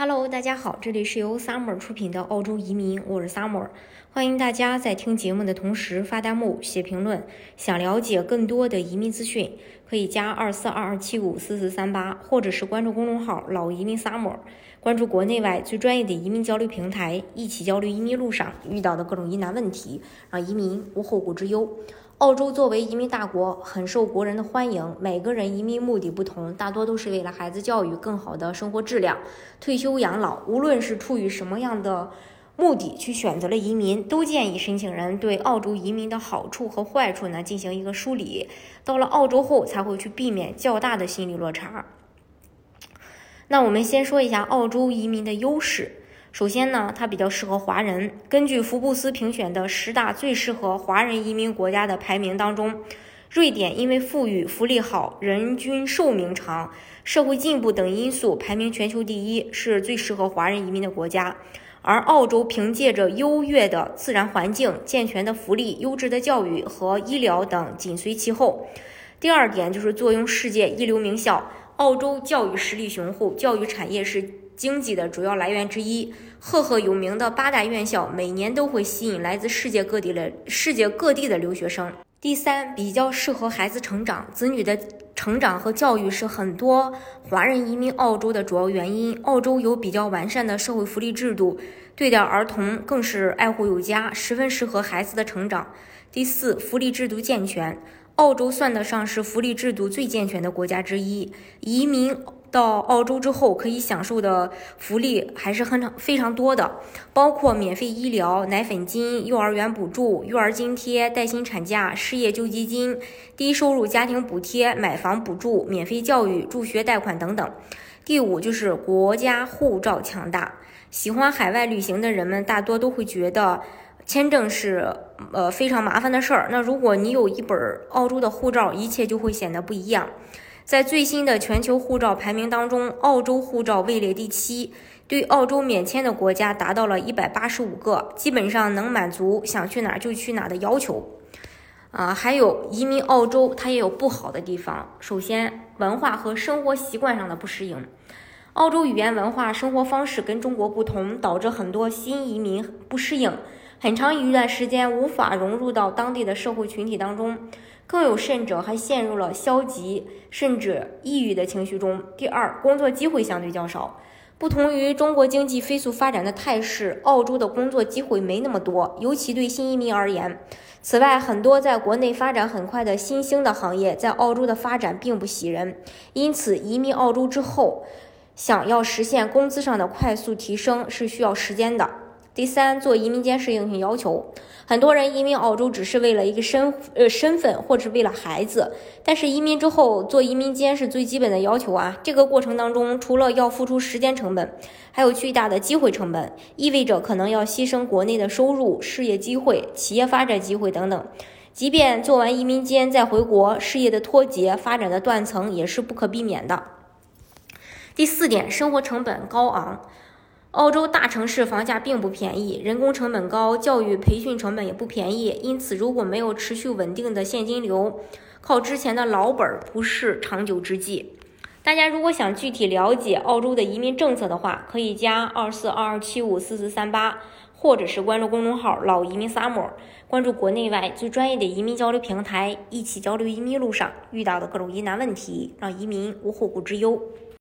Hello，大家好，这里是由 Summer 出品的澳洲移民，我是 Summer， 欢迎大家在听节目的同时发弹幕、写评论。想了解更多的移民资讯，可以加2422754438，或者是关注公众号老移民 Summer， 关注国内外最专业的移民交流平台，一起交流移民路上遇到的各种疑难问题，让移民无后顾之忧。澳洲作为移民大国，很受国人的欢迎。每个人移民目的不同，大多都是为了孩子教育、更好的生活质量、退休养老。无论是出于什么样的目的去选择了移民，都建议申请人对澳洲移民的好处和坏处进行一个梳理。到了澳洲后，才会去避免较大的心理落差。那我们先说一下澳洲移民的优势。首先呢，它比较适合华人。根据福布斯评选的10大最适合华人移民国家的排名当中，瑞典因为富裕、福利好、人均寿命长、社会进步等因素排名全球第一，是最适合华人移民的国家。而澳洲凭借着优越的自然环境、健全的福利、优质的教育和医疗等紧随其后。第二点就是坐拥世界一流名校，澳洲教育实力雄厚，教育产业是经济的主要来源之一，赫赫有名的8大院校每年都会吸引来自世界各地的留学生。第三，比较适合孩子成长，子女的成长和教育是很多华人移民澳洲的主要原因。澳洲有比较完善的社会福利制度，对待儿童更是爱护有加，十分适合孩子的成长。第四，福利制度健全，澳洲算得上是福利制度最健全的国家之一。移民到澳洲之后可以享受的福利还是非常多的，包括免费医疗、奶粉金、幼儿园补助、育儿津贴、带薪产假、失业救济金、低收入家庭补贴、买房补助、免费教育、助学贷款等等。第五就是国家护照强大，喜欢海外旅行的人们大多都会觉得签证是非常麻烦的事儿。那如果你有一本澳洲的护照，一切就会显得不一样。在最新的全球护照排名当中，澳洲护照位列第7，对澳洲免签的国家达到了185个，基本上能满足想去哪就去哪的要求。还有移民澳洲它也有不好的地方，首先文化和生活习惯上的不适应。澳洲语言文化生活方式跟中国不同，导致很多新移民不适应，很长一段时间无法融入到当地的社会群体当中，更有甚者还陷入了消极甚至抑郁的情绪中。第二，工作机会相对较少。不同于中国经济飞速发展的态势，澳洲的工作机会没那么多，尤其对新移民而言。此外，很多在国内发展很快的新兴的行业，在澳洲的发展并不喜人，因此移民澳洲之后，想要实现工资上的快速提升是需要时间的。第三，做移民监适应性要求。很多人移民澳洲只是为了一个身份，或者是为了孩子，但是移民之后做移民监是最基本的要求啊。这个过程当中，除了要付出时间成本，还有巨大的机会成本，意味着可能要牺牲国内的收入、事业机会、企业发展机会等等。即便做完移民监再回国，事业的脱节、发展的断层也是不可避免的。第四点，生活成本高昂。澳洲大城市房价并不便宜，人工成本高，教育培训成本也不便宜，因此如果没有持续稳定的现金流，靠之前的老本不是长久之计。大家如果想具体了解澳洲的移民政策的话，可以加2422754438，或者是关注公众号老移民 Summer， 关注国内外最专业的移民交流平台，一起交流移民路上遇到的各种疑难问题，让移民无后顾之忧。